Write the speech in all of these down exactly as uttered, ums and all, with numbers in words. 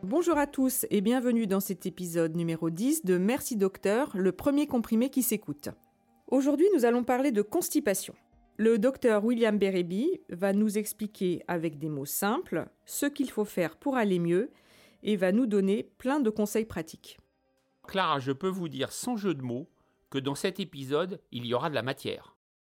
Bonjour à tous et bienvenue dans cet épisode numéro dix de Merci Docteur, le premier comprimé qui s'écoute. Aujourd'hui, nous allons parler de constipation. Le docteur William Berrebi va nous expliquer avec des mots simples ce qu'il faut faire pour aller mieux et va nous donner plein de conseils pratiques. Clara, je peux vous dire sans jeu de mots que dans cet épisode, il y aura de la matière.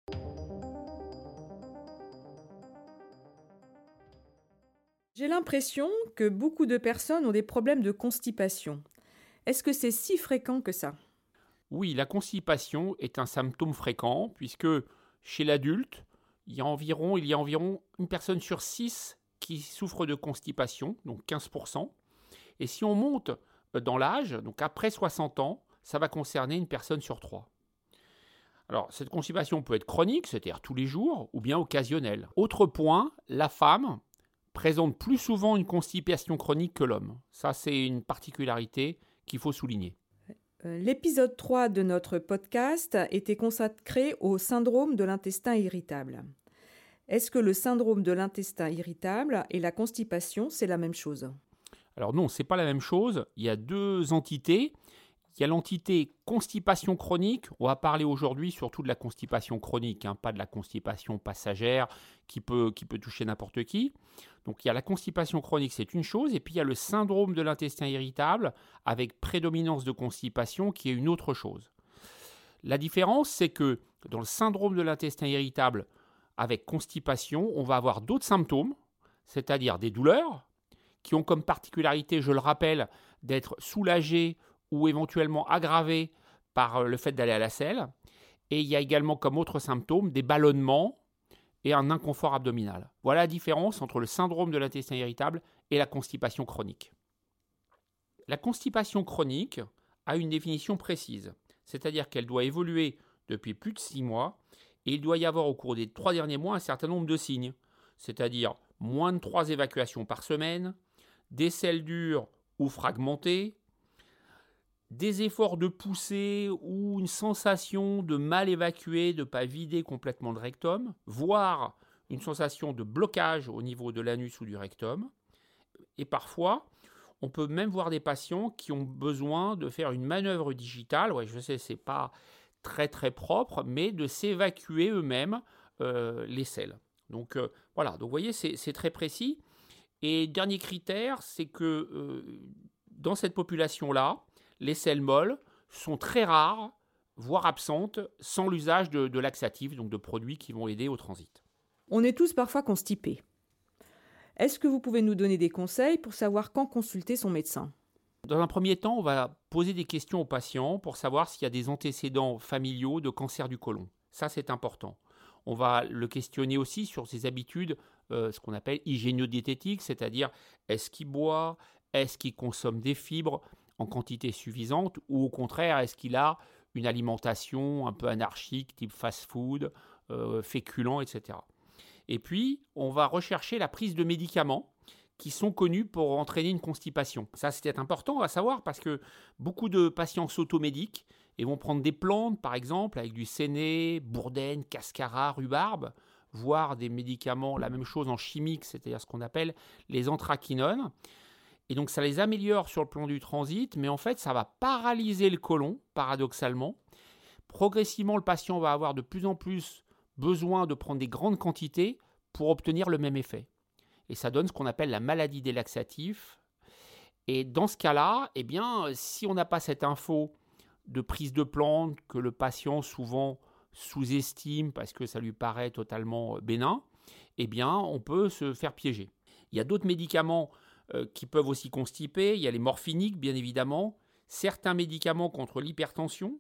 J'ai l'impression que beaucoup de personnes ont des problèmes de constipation. Est-ce que c'est si fréquent que ça ? Oui, la constipation est un symptôme fréquent puisque chez l'adulte, il y a environ, il y a environ une personne sur six qui souffre de constipation, donc quinze pour cent. Et si on monte dans l'âge, donc après soixante ans, ça va concerner une personne sur trois. Alors, cette constipation peut être chronique, c'est-à-dire tous les jours, ou bien occasionnelle. Autre point, la femme présente plus souvent une constipation chronique que l'homme. Ça, c'est une particularité qu'il faut souligner. L'épisode trois de notre podcast était consacré au syndrome de l'intestin irritable. Est-ce que le syndrome de l'intestin irritable et la constipation, c'est la même chose ? Alors non, ce n'est pas la même chose. Il y a deux entités. Il y a l'entité constipation chronique. On va parler aujourd'hui surtout de la constipation chronique, hein, pas de la constipation passagère qui peut, qui peut toucher n'importe qui. Donc il y a la constipation chronique, c'est une chose. Et puis il y a le syndrome de l'intestin irritable avec prédominance de constipation qui est une autre chose. La différence, c'est que dans le syndrome de l'intestin irritable avec constipation, on va avoir d'autres symptômes, c'est-à-dire des douleurs qui ont comme particularité, je le rappelle, d'être soulagées ou éventuellement aggravées par le fait d'aller à la selle. Et il y a également comme autre symptôme des ballonnements et un inconfort abdominal. Voilà la différence entre le syndrome de l'intestin irritable et la constipation chronique. La constipation chronique a une définition précise, c'est-à-dire qu'elle doit évoluer depuis plus de six mois et il doit y avoir au cours des trois derniers mois un certain nombre de signes, c'est-à-dire moins de trois évacuations par semaine, des selles dures ou fragmentées, des efforts de poussée ou une sensation de mal évacuer, de ne pas vider complètement le rectum, voire une sensation de blocage au niveau de l'anus ou du rectum. Et parfois, on peut même voir des patients qui ont besoin de faire une manœuvre digitale, ouais, je sais, ce n'est pas très très propre, mais de s'évacuer eux-mêmes euh, les selles. Donc euh, voilà, donc vous voyez, c'est, c'est très précis. Et dernier critère, c'est que euh, dans cette population-là, les selles molles sont très rares, voire absentes, sans l'usage de, de laxatifs, donc de produits qui vont aider au transit. On est tous parfois constipés. Est-ce que vous pouvez nous donner des conseils pour savoir quand consulter son médecin ? Dans un premier temps, on va poser des questions aux patients pour savoir s'il y a des antécédents familiaux de cancer du côlon. Ça, c'est important. On va le questionner aussi sur ses habitudes, euh, ce qu'on appelle hygiéno-diététiques, c'est-à-dire est-ce qu'il boit, est-ce qu'il consomme des fibres en quantité suffisante ou au contraire, est-ce qu'il a une alimentation un peu anarchique, type fast-food, euh, féculent, et cetera. Et puis, on va rechercher la prise de médicaments qui sont connus pour entraîner une constipation. Ça, c'est important à savoir parce que beaucoup de patients s'automédiquent et vont prendre des plantes, par exemple, avec du séné, bourdaine, cascara, rhubarbe, voire des médicaments, la même chose en chimique, c'est-à-dire ce qu'on appelle les anthraquinones. Et donc, ça les améliore sur le plan du transit, mais en fait, ça va paralyser le côlon, paradoxalement. Progressivement, le patient va avoir de plus en plus besoin de prendre des grandes quantités pour obtenir le même effet. Et ça donne ce qu'on appelle la maladie des laxatifs. Et dans ce cas-là, eh bien, si on n'a pas cette info de prise de plantes que le patient souvent sous-estime parce que ça lui paraît totalement bénin, eh bien, on peut se faire piéger. Il y a d'autres médicaments euh, qui peuvent aussi constiper. Il y a les morphiniques, bien évidemment. Certains médicaments contre l'hypertension.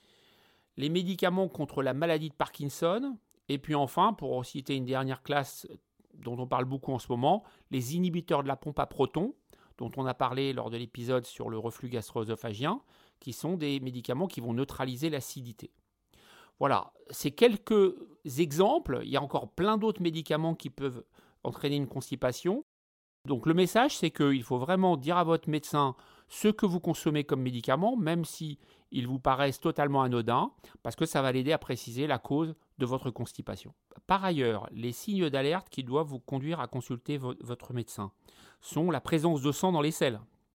Les médicaments contre la maladie de Parkinson. Et puis enfin, pour citer une dernière classe dont on parle beaucoup en ce moment, les inhibiteurs de la pompe à protons, dont on a parlé lors de l'épisode sur le reflux gastro-œsophagien, qui sont des médicaments qui vont neutraliser l'acidité. Voilà, c'est quelques exemples. Il y a encore plein d'autres médicaments qui peuvent entraîner une constipation. Donc le message, c'est qu'il faut vraiment dire à votre médecin ce que vous consommez comme médicament, même si ils vous paraissent totalement anodins, parce que ça va l'aider à préciser la cause de votre constipation. Par ailleurs, les signes d'alerte qui doivent vous conduire à consulter vo- votre médecin sont la présence de sang dans les selles.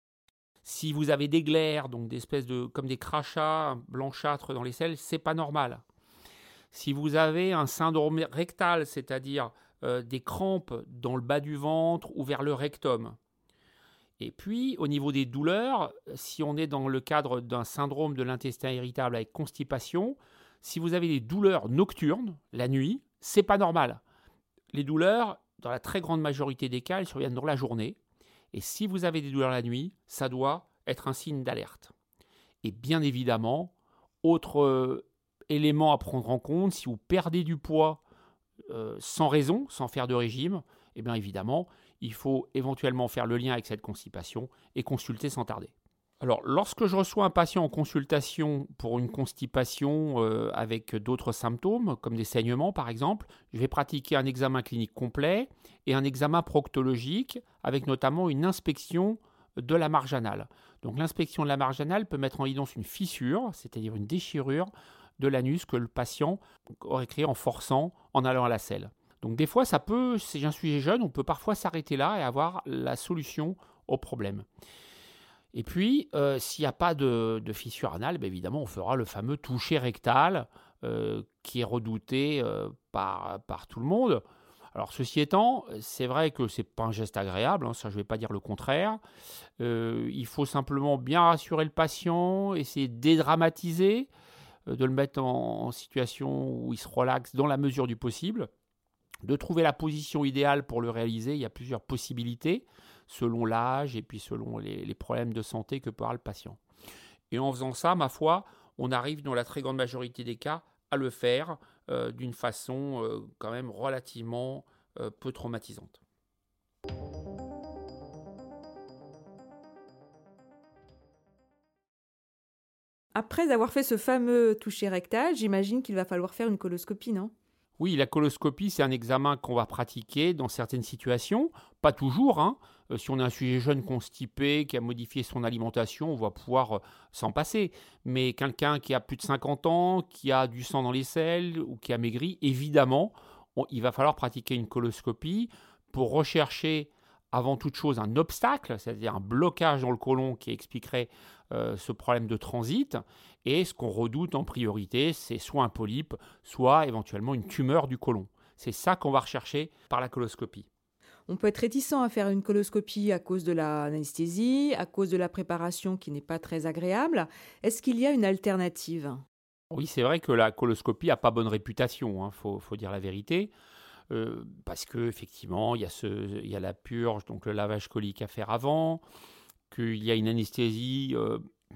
Si vous avez des glaires, donc des espèces de, comme des crachats blanchâtres dans les selles, c'est pas normal. Si vous avez un syndrome rectal, c'est-à-dire euh, des crampes dans le bas du ventre ou vers le rectum. Et puis, au niveau des douleurs, si on est dans le cadre d'un syndrome de l'intestin irritable avec constipation, si vous avez des douleurs nocturnes, la nuit, c'est pas normal. Les douleurs, dans la très grande majorité des cas, elles surviennent dans la journée. Et si vous avez des douleurs la nuit, ça doit être un signe d'alerte. Et bien évidemment, autre euh, élément à prendre en compte, si vous perdez du poids euh, sans raison, sans faire de régime, eh bien évidemment, il faut éventuellement faire le lien avec cette constipation et consulter sans tarder. Alors, lorsque je reçois un patient en consultation pour une constipation euh, avec d'autres symptômes, comme des saignements par exemple, je vais pratiquer un examen clinique complet et un examen proctologique avec notamment une inspection de la marge anale. Donc, l'inspection de la marge anale peut mettre en évidence une fissure, c'est-à-dire une déchirure de l'anus que le patient aurait créé en forçant, en allant à la selle. Donc des fois, ça peut, si j'ai un sujet jeune, on peut parfois s'arrêter là et avoir la solution au problème. Et puis, euh, s'il n'y a pas de, de fissure anale, bien évidemment, on fera le fameux toucher rectal euh, qui est redouté euh, par, par tout le monde. Alors ceci étant, c'est vrai que ce n'est pas un geste agréable, hein, ça je ne vais pas dire le contraire. Euh, il faut simplement bien rassurer le patient, essayer de dédramatiser, euh, de le mettre en, en situation où il se relaxe dans la mesure du possible. De trouver la position idéale pour le réaliser, il y a plusieurs possibilités, selon l'âge et puis selon les, les problèmes de santé que peut avoir le patient. Et en faisant ça, ma foi, on arrive dans la très grande majorité des cas à le faire euh, d'une façon euh, quand même relativement euh, peu traumatisante. Après avoir fait ce fameux toucher rectal, j'imagine qu'il va falloir faire une coloscopie, non ? Oui, la coloscopie, c'est un examen qu'on va pratiquer dans certaines situations, pas toujours. Hein. Euh, si on a un sujet jeune constipé qui a modifié son alimentation, on va pouvoir euh, s'en passer. Mais quelqu'un qui a plus de cinquante ans, qui a du sang dans les selles ou qui a maigri, évidemment, on, il va falloir pratiquer une coloscopie pour rechercher avant toute chose un obstacle, c'est-à-dire un blocage dans le côlon qui expliquerait euh, ce problème de transit. Et ce qu'on redoute en priorité, c'est soit un polype, soit éventuellement une tumeur du côlon. C'est ça qu'on va rechercher par la coloscopie. On peut être réticent à faire une coloscopie à cause de l'anesthésie, à cause de la préparation qui n'est pas très agréable. Est-ce qu'il y a une alternative ? Oui, c'est vrai que la coloscopie n'a pas bonne réputation, il hein, faut, faut dire la vérité. Euh, parce qu'effectivement, il y a ce, il y a la purge, donc le lavage colique à faire avant, qu'il y a une anesthésie euh,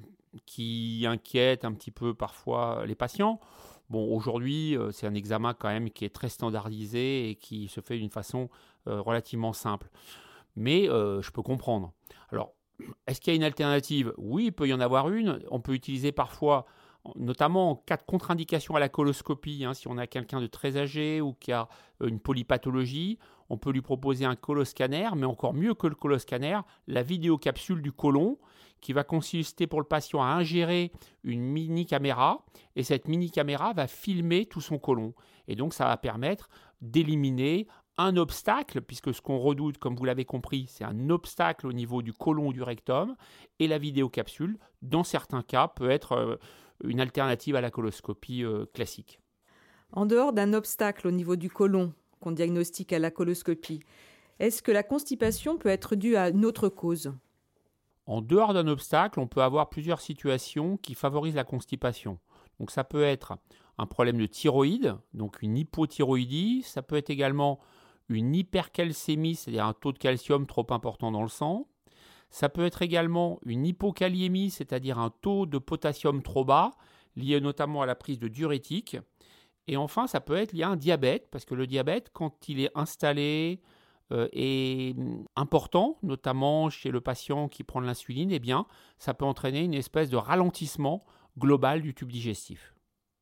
qui inquiète un petit peu parfois les patients. Bon, aujourd'hui, euh, c'est un examen quand même qui est très standardisé et qui se fait d'une façon euh, relativement simple. Mais euh, je peux comprendre. Alors, est-ce qu'il y a une alternative ? Oui, il peut y en avoir une. On peut utiliser parfois, notamment en cas de contre-indication à la coloscopie, hein, si on a quelqu'un de très âgé ou qui a une polypathologie, on peut lui proposer un coloscanner, mais encore mieux que le coloscanner, la vidéocapsule du côlon, qui va consister pour le patient à ingérer une mini-caméra, et cette mini-caméra va filmer tout son côlon. Et donc, ça va permettre d'éliminer un obstacle, puisque ce qu'on redoute, comme vous l'avez compris, c'est un obstacle au niveau du côlon ou du rectum, et la vidéocapsule, dans certains cas, peut être euh, une alternative à la coloscopie euh, classique. En dehors d'un obstacle au niveau du côlon qu'on diagnostique à la coloscopie, est-ce que la constipation peut être due à une autre cause ? En dehors d'un obstacle, on peut avoir plusieurs situations qui favorisent la constipation. Donc ça peut être un problème de thyroïde, donc une hypothyroïdie. Ça peut être également une hypercalcémie, c'est-à-dire un taux de calcium trop important dans le sang. Ça peut être également une hypokaliémie, c'est-à-dire un taux de potassium trop bas, lié notamment à la prise de diurétiques. Et enfin, ça peut être lié à un diabète, parce que le diabète, quand il est installé euh, et important, notamment chez le patient qui prend de l'insuline, eh bien, ça peut entraîner une espèce de ralentissement global du tube digestif.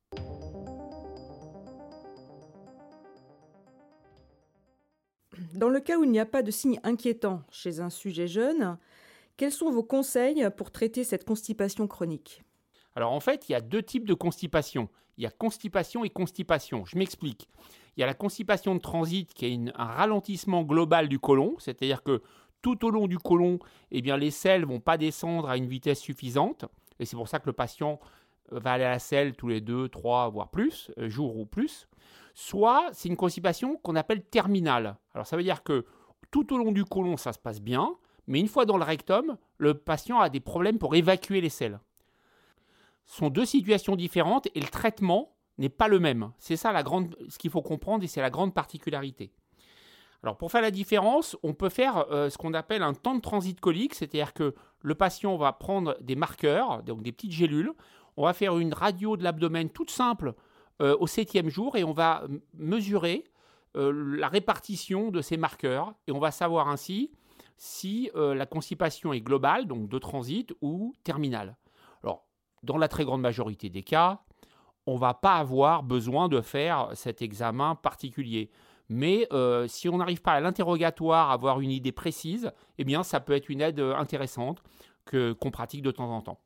Dans le cas où il n'y a pas de signes inquiétants chez un sujet jeune, quels sont vos conseils pour traiter cette constipation chronique ? Alors en fait, il y a deux types de constipation. Il y a constipation et constipation. Je m'explique. Il y a la constipation de transit qui est une, un ralentissement global du côlon, c'est-à-dire que tout au long du côlon, eh bien, les selles ne vont pas descendre à une vitesse suffisante. Et c'est pour ça que le patient va aller à la selle tous les deux, trois, voire plus, euh, jours ou plus. Soit c'est une constipation qu'on appelle terminale. Alors ça veut dire que tout au long du côlon, ça se passe bien, mais une fois dans le rectum, le patient a des problèmes pour évacuer les selles. Ce sont deux situations différentes et le traitement n'est pas le même. C'est ça la grande, ce qu'il faut comprendre et c'est la grande particularité. Alors pour faire la différence, on peut faire euh, ce qu'on appelle un temps de transit colique, c'est-à-dire que le patient va prendre des marqueurs, donc des petites gélules, on va faire une radio de l'abdomen toute simple euh, au septième jour et on va mesurer euh, la répartition de ces marqueurs et on va savoir ainsi si euh, la constipation est globale, donc de transit ou terminale. Alors, dans la très grande majorité des cas, on ne va pas avoir besoin de faire cet examen particulier. Mais euh, si on n'arrive pas à l'interrogatoire à avoir une idée précise, eh bien, ça peut être une aide intéressante que, qu'on pratique de temps en temps.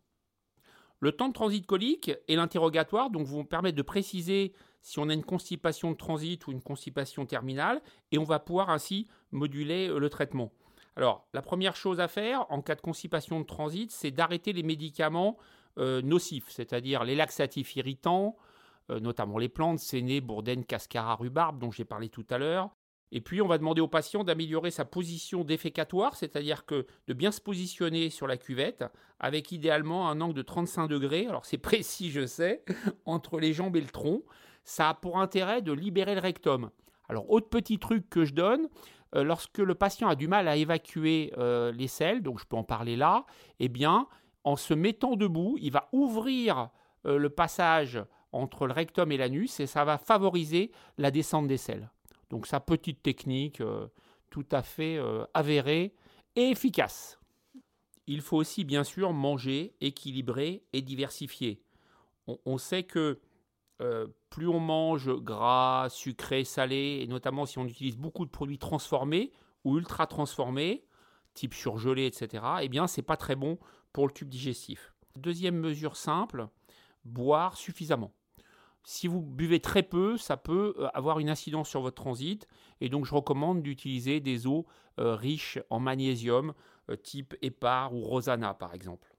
Le temps de transit colique et l'interrogatoire donc, vont permettre de préciser si on a une constipation de transit ou une constipation terminale et on va pouvoir ainsi moduler le traitement. Alors, la première chose à faire en cas de constipation de transit, c'est d'arrêter les médicaments euh, nocifs, c'est-à-dire les laxatifs irritants, euh, notamment les plantes, séné, bourdaine, cascara, rhubarbe, dont j'ai parlé tout à l'heure. Et puis, on va demander au patient d'améliorer sa position défécatoire, c'est-à-dire que de bien se positionner sur la cuvette, avec idéalement un angle de trente-cinq degrés, alors c'est précis, je sais, entre les jambes et le tronc. Ça a pour intérêt de libérer le rectum. Alors, autre petit truc que je donne, euh, lorsque le patient a du mal à évacuer euh, les selles, donc je peux en parler là, eh bien, en se mettant debout, il va ouvrir euh, le passage entre le rectum et l'anus et ça va favoriser la descente des selles. Donc, sa petite technique euh, tout à fait euh, avérée et efficace. Il faut aussi, bien sûr, manger équilibré et diversifié. On, on sait que euh, plus on mange gras, sucré, salé, et notamment si on utilise beaucoup de produits transformés ou ultra transformés, type surgelé, et cetera, eh bien, ce n'est pas très bon pour le tube digestif. Deuxième mesure simple, boire suffisamment. Si vous buvez très peu, ça peut avoir une incidence sur votre transit et donc je recommande d'utiliser des eaux euh, riches en magnésium, euh, type Hépar ou Rosana par exemple.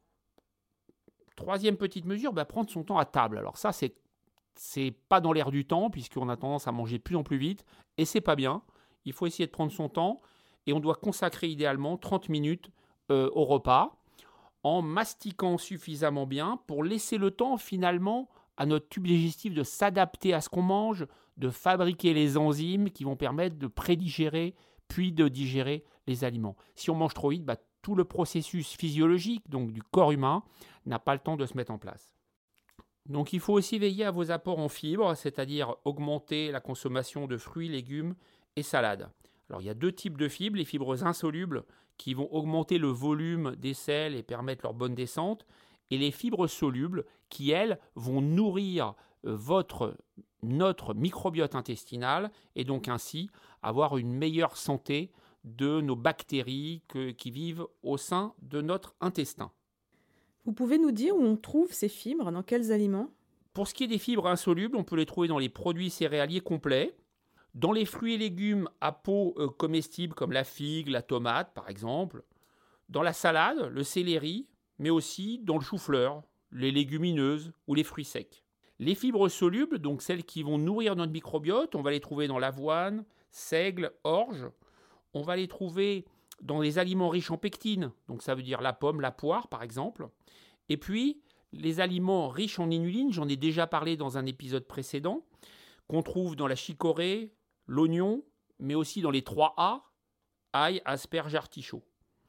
Troisième petite mesure, bah, prendre son temps à table. Alors ça, c'est, c'est pas dans l'air du temps puisqu'on a tendance à manger de plus en plus vite et c'est pas bien. Il faut essayer de prendre son temps et on doit consacrer idéalement trente minutes euh, au repas en mastiquant suffisamment bien pour laisser le temps finalement à notre tube digestif de s'adapter à ce qu'on mange, de fabriquer les enzymes qui vont permettre de prédigérer puis de digérer les aliments. Si on mange trop vite, bah, tout le processus physiologique donc du corps humain n'a pas le temps de se mettre en place. Donc il faut aussi veiller à vos apports en fibres, c'est-à-dire augmenter la consommation de fruits, légumes et salades. Alors il y a deux types de fibres, les fibres insolubles qui vont augmenter le volume des selles et permettre leur bonne descente, et les fibres solubles qui, elles, vont nourrir votre, notre microbiote intestinal et donc ainsi avoir une meilleure santé de nos bactéries que, qui vivent au sein de notre intestin. Vous pouvez nous dire où on trouve ces fibres, dans quels aliments ? Pour ce qui est des fibres insolubles, on peut les trouver dans les produits céréaliers complets, dans les fruits et légumes à peau euh, comestible comme la figue, la tomate par exemple, dans la salade, le céleri, mais aussi dans le chou-fleur, les légumineuses ou les fruits secs. Les fibres solubles, donc celles qui vont nourrir notre microbiote, on va les trouver dans l'avoine, seigle, orge. On va les trouver dans les aliments riches en pectine, donc ça veut dire la pomme, la poire par exemple. Et puis, les aliments riches en inuline, j'en ai déjà parlé dans un épisode précédent, qu'on trouve dans la chicorée, l'oignon, mais aussi dans les trois A, ail, asperge, artichaut.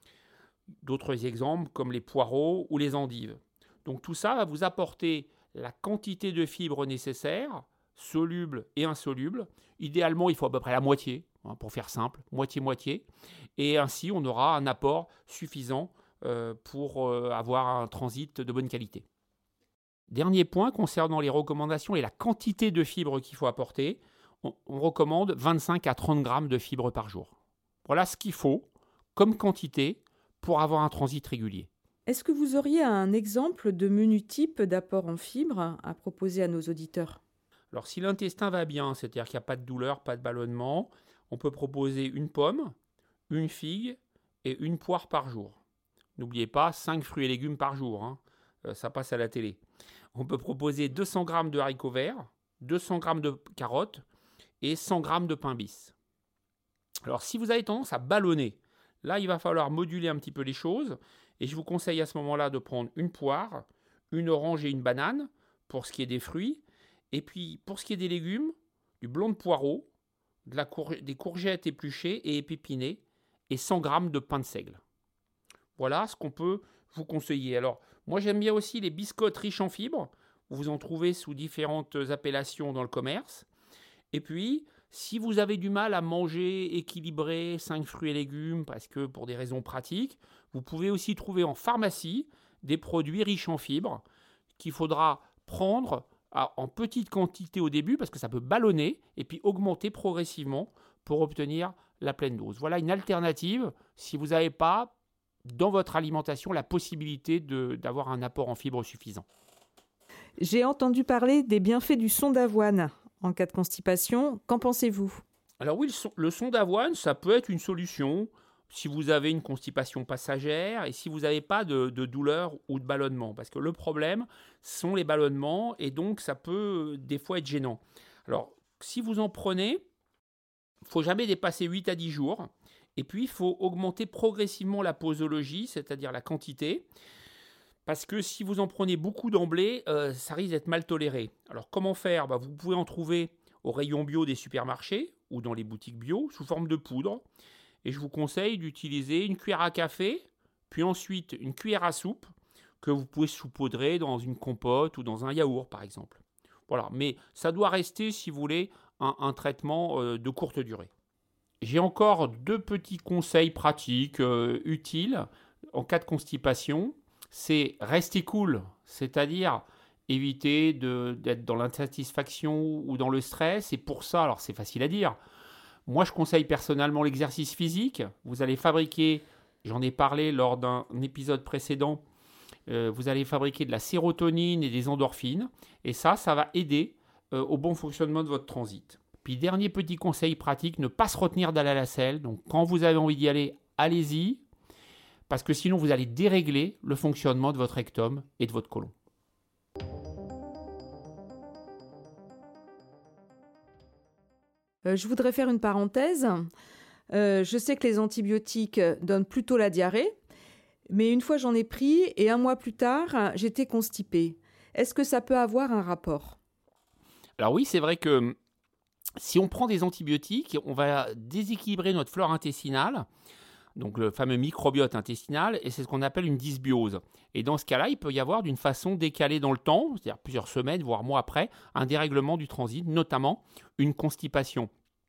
D'autres exemples comme les poireaux ou les endives. Donc tout ça va vous apporter la quantité de fibres nécessaires, solubles et insolubles. Idéalement, il faut à peu près la moitié, hein, pour faire simple, moitié-moitié. Et ainsi, on aura un apport suffisant euh, pour euh, avoir un transit de bonne qualité. Dernier point concernant les recommandations et la quantité de fibres qu'il faut apporter. On, on recommande vingt-cinq à trente grammes de fibres par jour. Voilà ce qu'il faut comme quantité pour avoir un transit régulier. Est-ce que vous auriez un exemple de menu type d'apport en fibres à proposer à nos auditeurs ? Alors si l'intestin va bien, c'est-à-dire qu'il n'y a pas de douleur, pas de ballonnement, on peut proposer une pomme, une figue et une poire par jour. N'oubliez pas, cinq fruits et légumes par jour, hein. euh, ça passe à la télé. On peut proposer deux cents grammes de haricots verts, deux cents grammes de carottes et cent grammes de pain bis. Alors si vous avez tendance à ballonner, là il va falloir moduler un petit peu les choses et je vous conseille à ce moment-là de prendre une poire, une orange et une banane pour ce qui est des fruits. Et puis pour ce qui est des légumes, du blond de poireau, de la cour- des courgettes épluchées et épipinées et cent grammes de pain de seigle. Voilà ce qu'on peut vous conseiller. Alors moi j'aime bien aussi les biscottes riches en fibres. Vous en trouvez sous différentes appellations dans le commerce. Et puis, si vous avez du mal à manger équilibré cinq fruits et légumes, parce que pour des raisons pratiques, vous pouvez aussi trouver en pharmacie des produits riches en fibres qu'il faudra prendre à, en petite quantité au début, parce que ça peut ballonner, et puis augmenter progressivement pour obtenir la pleine dose. Voilà une alternative si vous n'avez pas dans votre alimentation la possibilité de, d'avoir un apport en fibres suffisant. J'ai entendu parler des bienfaits du son d'avoine en cas de constipation. Qu'en pensez-vous ? Alors oui, le son, le son d'avoine, ça peut être une solution si vous avez une constipation passagère et si vous n'avez pas de, de douleur ou de ballonnement. Parce que le problème sont les ballonnements et donc ça peut des fois être gênant. Alors si vous en prenez, il ne faut jamais dépasser huit à dix jours. Et puis il faut augmenter progressivement la posologie, c'est-à-dire la quantité. Parce que si vous en prenez beaucoup d'emblée, euh, ça risque d'être mal toléré. Alors comment faire ? Bah, vous pouvez en trouver au rayon bio des supermarchés ou dans les boutiques bio sous forme de poudre. Et je vous conseille d'utiliser une cuillère à café, puis ensuite une cuillère à soupe que vous pouvez saupoudrer dans une compote ou dans un yaourt par exemple. Voilà, mais ça doit rester, si vous voulez, un, un traitement euh, de courte durée. J'ai encore deux petits conseils pratiques euh, utiles en cas de constipation. C'est rester cool, c'est-à-dire éviter de, d'être dans l'insatisfaction ou dans le stress. Et pour ça, alors c'est facile à dire, moi je conseille personnellement l'exercice physique. Vous allez fabriquer, j'en ai parlé lors d'un épisode précédent, euh, vous allez fabriquer de la sérotonine et des endorphines. Et ça, ça va aider euh, au bon fonctionnement de votre transit. Puis dernier petit conseil pratique, ne pas se retenir d'aller à la selle. Donc quand vous avez envie d'y aller, allez-y. Parce que sinon, vous allez dérégler le fonctionnement de votre rectum et de votre côlon. Euh, je voudrais faire une parenthèse. Euh, je sais que les antibiotiques donnent plutôt la diarrhée, mais une fois j'en ai pris et un mois plus tard, j'étais constipée. Est-ce que ça peut avoir un rapport ? Alors oui, c'est vrai que si on prend des antibiotiques, on va déséquilibrer notre flore intestinale, donc le fameux microbiote intestinal, et c'est ce qu'on appelle une dysbiose. Et dans ce cas-là, il peut y avoir d'une façon décalée dans le temps, c'est-à-dire plusieurs semaines, voire mois après, un dérèglement du transit, notamment une constipation.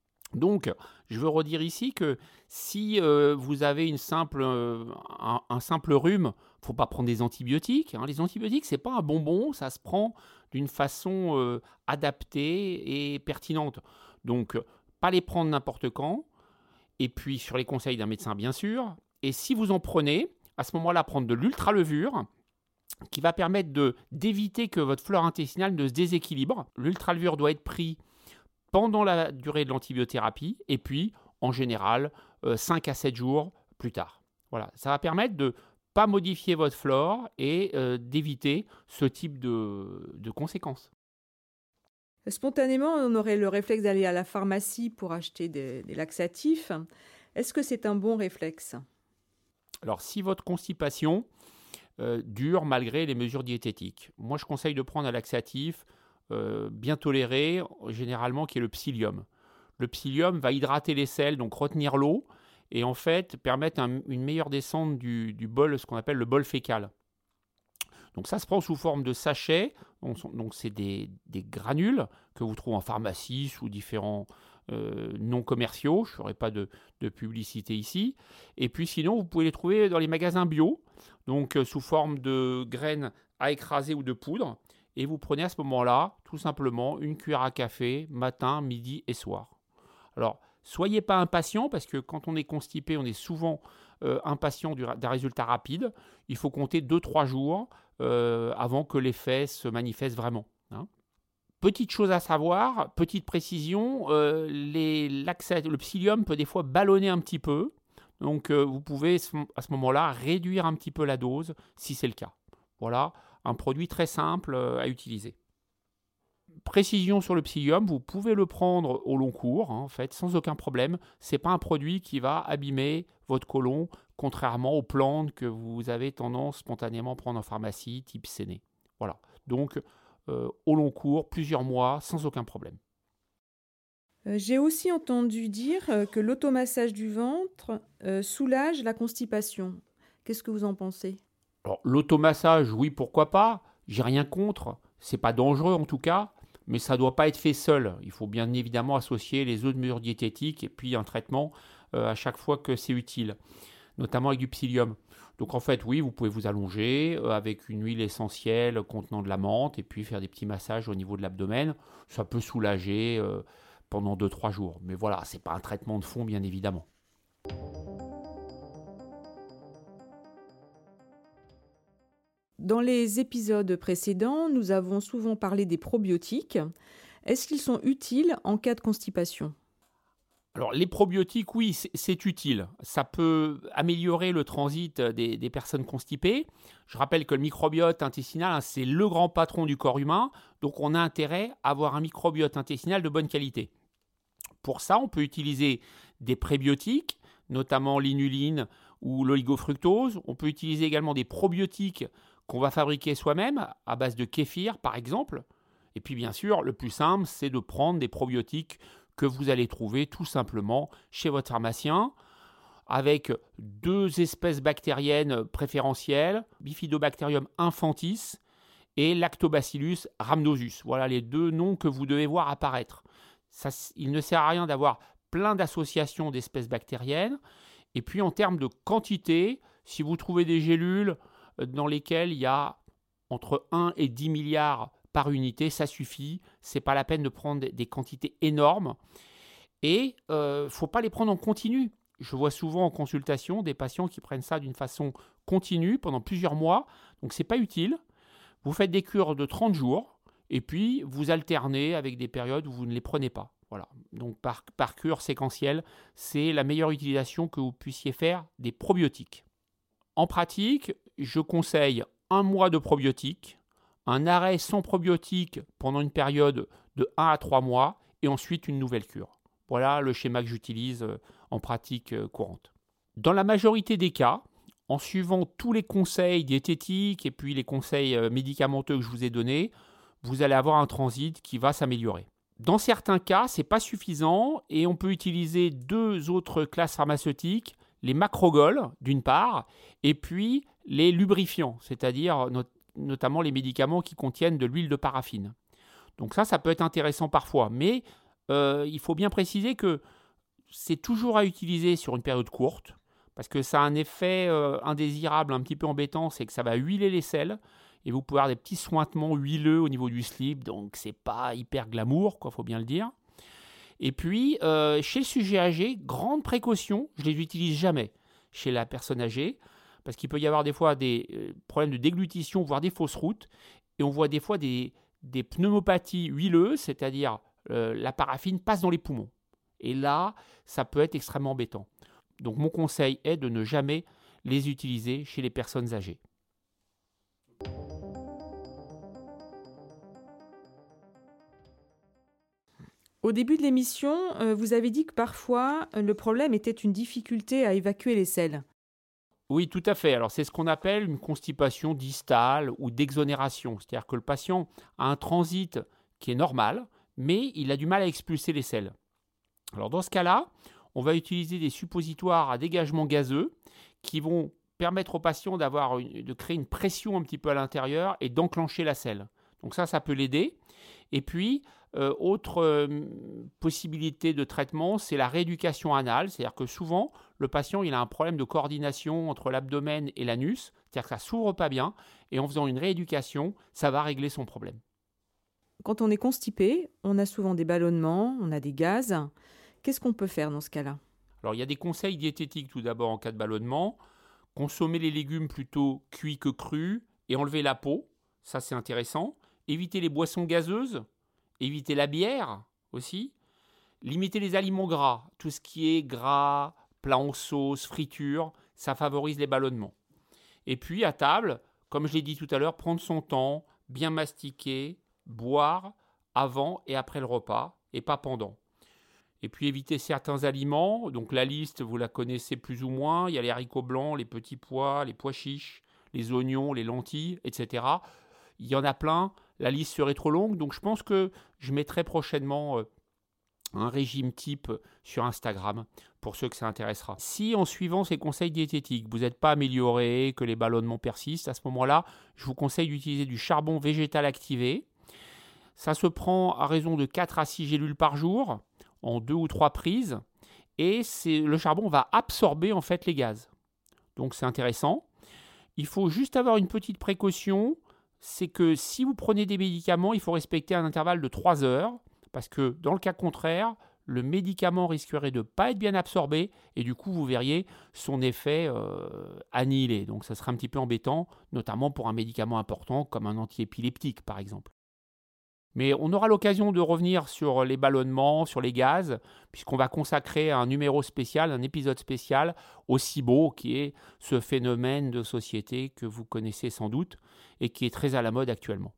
Donc, je veux redire ici que si euh, vous avez une simple, euh, un, un simple rhume, il ne faut pas prendre des antibiotiques. Hein. Les antibiotiques, ce n'est pas un bonbon, ça se prend d'une façon euh, adaptée et pertinente. Donc, pas les prendre n'importe quand. Et puis sur les conseils d'un médecin bien sûr. Et si vous en prenez, à ce moment-là, prendre de l'ultralevure qui va permettre de, d'éviter que votre flore intestinale ne se déséquilibre. L'ultralevure doit être pris pendant la durée de l'antibiothérapie et puis en général euh, cinq à sept jours plus tard. Voilà, ça va permettre de ne pas modifier votre flore et euh, d'éviter ce type de, de conséquences. Spontanément, on aurait le réflexe d'aller à la pharmacie pour acheter des, des laxatifs. Est-ce que c'est un bon réflexe ? Alors, si votre constipation euh, dure malgré les mesures diététiques, moi je conseille de prendre un laxatif euh, bien toléré, généralement qui est le psyllium. Le psyllium va hydrater les selles, donc retenir l'eau, et en fait permettre un, une meilleure descente du, du bol, ce qu'on appelle le bol fécal. Donc ça se prend sous forme de sachets, donc c'est des, des granules que vous trouvez en pharmacie sous différents euh, noms commerciaux, je ne ferai pas de, de publicité ici. Et puis sinon, vous pouvez les trouver dans les magasins bio, donc euh, sous forme de graines à écraser ou de poudre. Et vous prenez à ce moment-là, tout simplement, une cuillère à café, matin, midi et soir. Alors, soyez pas impatient, parce que quand on est constipé, on est souvent euh, impatient du, d'un résultat rapide. Il faut compter deux à trois jours euh, avant que l'effet se manifeste vraiment. Hein. Petite chose à savoir, petite précision, euh, les laxat- le psyllium peut des fois ballonner un petit peu. Donc euh, vous pouvez à ce moment-là réduire un petit peu la dose si c'est le cas. Voilà, un produit très simple euh, à utiliser. Précision sur le psyllium, vous pouvez le prendre au long cours, hein, en fait, sans aucun problème. Ce n'est pas un produit qui va abîmer votre côlon, contrairement aux plantes que vous avez tendance spontanément à prendre en pharmacie, type séné. Voilà, donc euh, au long cours, plusieurs mois, sans aucun problème. Euh, J'ai aussi entendu dire euh, que l'automassage du ventre euh, soulage la constipation. Qu'est-ce que vous en pensez? Alors, l'automassage, oui, pourquoi pas. J'ai rien contre. C'est pas dangereux en tout cas, mais ça ne doit pas être fait seul. Il faut bien évidemment associer les autres mesures diététiques et puis un traitement euh, à chaque fois que c'est utile, notamment avec du psyllium. Donc en fait, oui, vous pouvez vous allonger euh, avec une huile essentielle contenant de la menthe et puis faire des petits massages au niveau de l'abdomen. Ça peut soulager euh, pendant deux trois jours. Mais voilà, ce n'est pas un traitement de fond, bien évidemment. Dans les épisodes précédents, nous avons souvent parlé des probiotiques. Est-ce qu'ils sont utiles en cas de constipation? Alors, les probiotiques, oui, c'est, c'est utile. Ça peut améliorer le transit des, des personnes constipées. Je rappelle que le microbiote intestinal, hein, c'est le grand patron du corps humain. Donc, on a intérêt à avoir un microbiote intestinal de bonne qualité. Pour ça, on peut utiliser des prébiotiques, notamment l'inuline ou l'oligofructose. On peut utiliser également des probiotiques qu'on va fabriquer soi-même à base de kéfir, par exemple. Et puis, bien sûr, le plus simple, c'est de prendre des probiotiques que vous allez trouver tout simplement chez votre pharmacien avec deux espèces bactériennes préférentielles, Bifidobacterium infantis et Lactobacillus rhamnosus. Voilà les deux noms que vous devez voir apparaître. Ça, il ne sert à rien d'avoir plein d'associations d'espèces bactériennes. Et puis en termes de quantité, si vous trouvez des gélules dans lesquelles il y a entre un et dix milliards par unité, ça suffit. Ce n'est pas la peine de prendre des quantités énormes. Et il euh, ne faut pas les prendre en continu. Je vois souvent en consultation des patients qui prennent ça d'une façon continue pendant plusieurs mois. Donc ce n'est pas utile. Vous faites des cures de trente jours et puis vous alternez avec des périodes où vous ne les prenez pas. Voilà. Donc par, par cure séquentielle, c'est la meilleure utilisation que vous puissiez faire des probiotiques. En pratique, je conseille un mois de probiotiques, un arrêt sans probiotiques pendant une période de un à trois mois et ensuite une nouvelle cure. Voilà le schéma que j'utilise en pratique courante. Dans la majorité des cas, en suivant tous les conseils diététiques et puis les conseils médicamenteux que je vous ai donnés, vous allez avoir un transit qui va s'améliorer. Dans certains cas, ce n'est pas suffisant et on peut utiliser deux autres classes pharmaceutiques, les macrogols d'une part et puis les lubrifiants, c'est-à-dire not- notamment les médicaments qui contiennent de l'huile de paraffine. Donc ça, ça peut être intéressant parfois, mais euh, il faut bien préciser que c'est toujours à utiliser sur une période courte, parce que ça a un effet euh, indésirable un petit peu embêtant, c'est que ça va huiler les selles, et vous pouvez avoir des petits sointements huileux au niveau du slip, donc c'est pas hyper glamour, quoi, faut bien le dire. Et puis, euh, chez le sujet âgé, grande précaution, je ne les utilise jamais chez la personne âgée, parce qu'il peut y avoir des fois des euh, problèmes de déglutition, voire des fausses routes, et on voit des fois des, des pneumopathies huileuses, c'est-à-dire euh, la paraffine passe dans les poumons. Et là, ça peut être extrêmement embêtant. Donc mon conseil est de ne jamais les utiliser chez les personnes âgées. Au début de l'émission, euh, vous avez dit que parfois, euh, le problème était une difficulté à évacuer les selles. Oui, tout à fait. Alors, c'est ce qu'on appelle une constipation distale ou d'exonération. C'est-à-dire que le patient a un transit qui est normal, mais il a du mal à expulser les selles. Alors, dans ce cas-là, on va utiliser des suppositoires à dégagement gazeux qui vont permettre au patient d'avoir une, de créer une pression un petit peu à l'intérieur et d'enclencher la selle. Donc ça, ça peut l'aider. Et puis, euh, autre euh, possibilité de traitement, c'est la rééducation anale. C'est-à-dire que souvent, le patient il a un problème de coordination entre l'abdomen et l'anus. C'est-à-dire que ça ne s'ouvre pas bien. Et en faisant une rééducation, ça va régler son problème. Quand on est constipé, on a souvent des ballonnements, on a des gaz. Qu'est-ce qu'on peut faire dans ce cas-là? Alors, il y a des conseils diététiques tout d'abord en cas de ballonnement. Consommer les légumes plutôt cuits que crus et enlever la peau. Ça, c'est intéressant. Éviter les boissons gazeuses. Éviter la bière aussi. Limiter les aliments gras. Tout ce qui est gras, plats en sauce, friture, ça favorise les ballonnements. Et puis à table, comme je l'ai dit tout à l'heure, prendre son temps, bien mastiquer, boire avant et après le repas et pas pendant. Et puis éviter certains aliments, donc la liste vous la connaissez plus ou moins, il y a les haricots blancs, les petits pois, les pois chiches, les oignons, les lentilles, et cetera. Il y en a plein, la liste serait trop longue, donc je pense que je mettrai prochainement euh, un régime type sur Instagram pour ceux que ça intéressera. Si en suivant ces conseils diététiques, vous n'êtes pas amélioré, que les ballonnements persistent, à ce moment-là, je vous conseille d'utiliser du charbon végétal activé. Ça se prend à raison de quatre à six gélules par jour, en deux ou trois prises, et c'est, le charbon va absorber en fait les gaz. Donc c'est intéressant. Il faut juste avoir une petite précaution, c'est que si vous prenez des médicaments, il faut respecter un intervalle de trois heures, parce que dans le cas contraire, le médicament risquerait de ne pas être bien absorbé, et du coup vous verriez son effet euh, annihilé. Donc ça serait un petit peu embêtant, notamment pour un médicament important comme un antiépileptique par exemple. Mais on aura l'occasion de revenir sur les ballonnements, sur les gaz, puisqu'on va consacrer un numéro spécial, un épisode spécial au SIBO, qui est ce phénomène de société que vous connaissez sans doute et qui est très à la mode actuellement.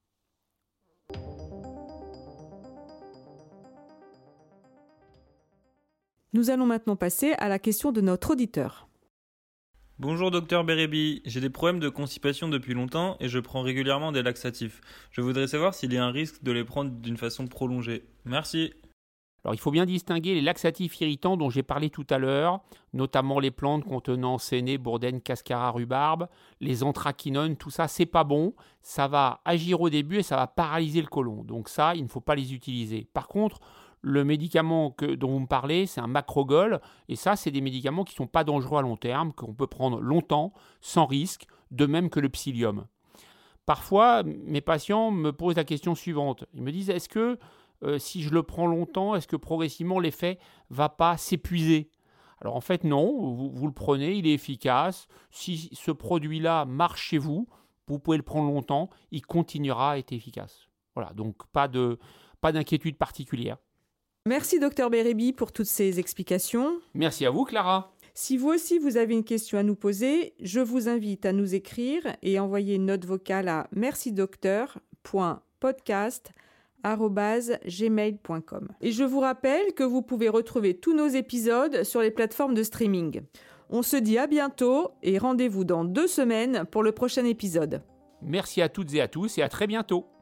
Nous allons maintenant passer à la question de notre auditeur. Bonjour docteur Bérébi, j'ai des problèmes de constipation depuis longtemps et je prends régulièrement des laxatifs. Je voudrais savoir s'il y a un risque de les prendre d'une façon prolongée. Merci. Alors il faut bien distinguer les laxatifs irritants dont j'ai parlé tout à l'heure, notamment les plantes contenant séné, bourdaine, cascara, rhubarbe, les anthraquinones, tout ça c'est pas bon, ça va agir au début et ça va paralyser le côlon. Donc ça, il ne faut pas les utiliser. Par contre, le médicament que, dont vous me parlez, c'est un macrogol, et ça, c'est des médicaments qui ne sont pas dangereux à long terme, qu'on peut prendre longtemps, sans risque, de même que le psyllium. Parfois, mes patients me posent la question suivante. Ils me disent, est-ce que euh, si je le prends longtemps, est-ce que progressivement l'effet ne va pas s'épuiser ? Alors en fait, non, vous, vous le prenez, il est efficace. Si ce produit-là marche chez vous, vous pouvez le prendre longtemps, il continuera à être efficace. Voilà, donc pas de, pas d'inquiétude particulière. Merci docteur Bérébi pour toutes ces explications. Merci à vous Clara. Si vous aussi vous avez une question à nous poser, je vous invite à nous écrire et envoyer une note vocale à mercidocteur point podcast arobase gmail point com. Et je vous rappelle que vous pouvez retrouver tous nos épisodes sur les plateformes de streaming. On se dit à bientôt et rendez-vous dans deux semaines pour le prochain épisode. Merci à toutes et à tous et à très bientôt.